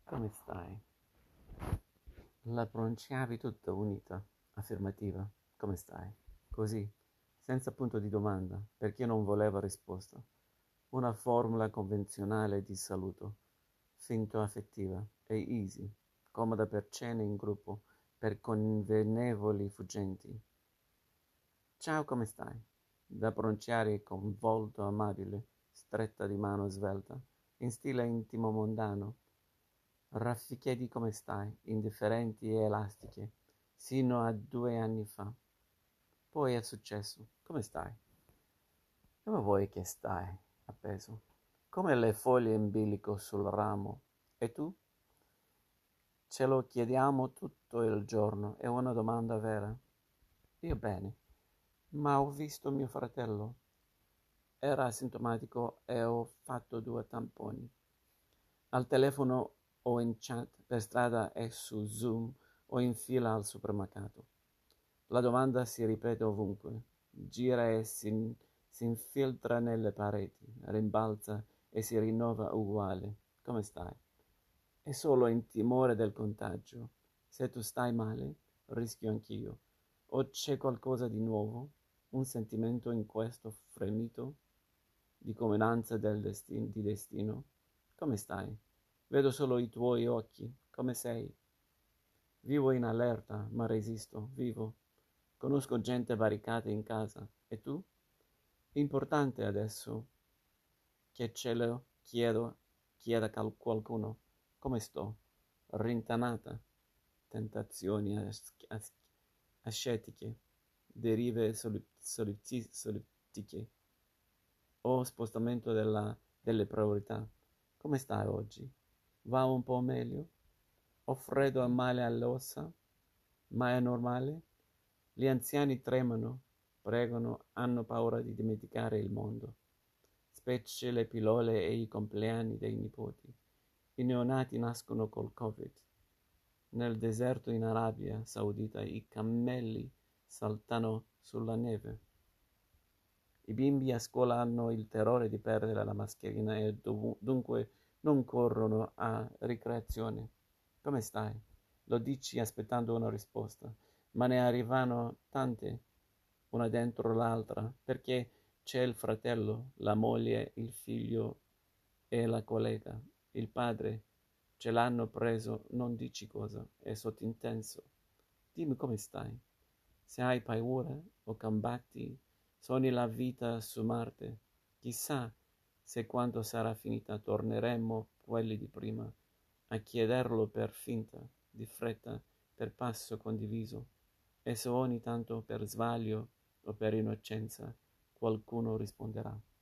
Come stai? La pronunciavi tutta unita, affermativa. Come stai? Così, senza punto di domanda, perché non voleva risposta. Una formula convenzionale di saluto, finto affettiva e easy, comoda per cene in gruppo, per convenevoli fuggenti. Ciao, come stai? Da pronunciare con volto amabile, stretta di mano svelta, in stile intimo mondano. Raffiche di come stai, indifferenti e elastiche, sino a 2 anni fa. Poi è successo. Come stai? Come vuoi che stai? Appeso. Come le foglie in bilico sul ramo. E tu? Ce lo chiediamo tutto il giorno, è una domanda vera. Io bene, ma ho visto mio fratello. Era asintomatico e ho fatto 2 tamponi. Al telefono o in chat, per strada e su Zoom o in fila al supermercato. La domanda si ripete ovunque, gira e si infiltra nelle pareti, rimbalza e si rinnova uguale. Come stai? È solo in timore del contagio. Se tu stai male, rischio anch'io. O c'è qualcosa di nuovo? Un sentimento in questo fremito? Di comunanza di destino? Come stai? Vedo solo i tuoi occhi. Come sei? Vivo in allerta, ma resisto, vivo. Conosco gente barricata in casa. E tu? Importante adesso che ce lo chieda qualcuno. Come sto? Rintanata. Tentazioni ascetiche. Derive soliptiche. O spostamento delle priorità. Come stai oggi? Va un po' meglio? Ho freddo e male alle ossa? Ma è normale? Gli anziani tremano, pregano, hanno paura di dimenticare il mondo, specie le pillole e i compleanni dei nipoti. I neonati nascono col Covid. Nel deserto in Arabia Saudita i cammelli saltano sulla neve. I bimbi a scuola hanno il terrore di perdere la mascherina e dunque non corrono a ricreazione. Come stai? Lo dici aspettando una risposta, ma ne arrivano tante, una dentro l'altra, perché c'è il fratello, la moglie, il figlio e la collega, il padre. Ce l'hanno preso, non dici cosa, è sottinteso. Dimmi come stai. Se hai paura o combatti, sogni la vita su Marte. Chissà se quando sarà finita torneremo quelli di prima a chiederlo per finta, di fretta, per passo condiviso. E se ogni tanto per sbaglio o per innocenza qualcuno risponderà.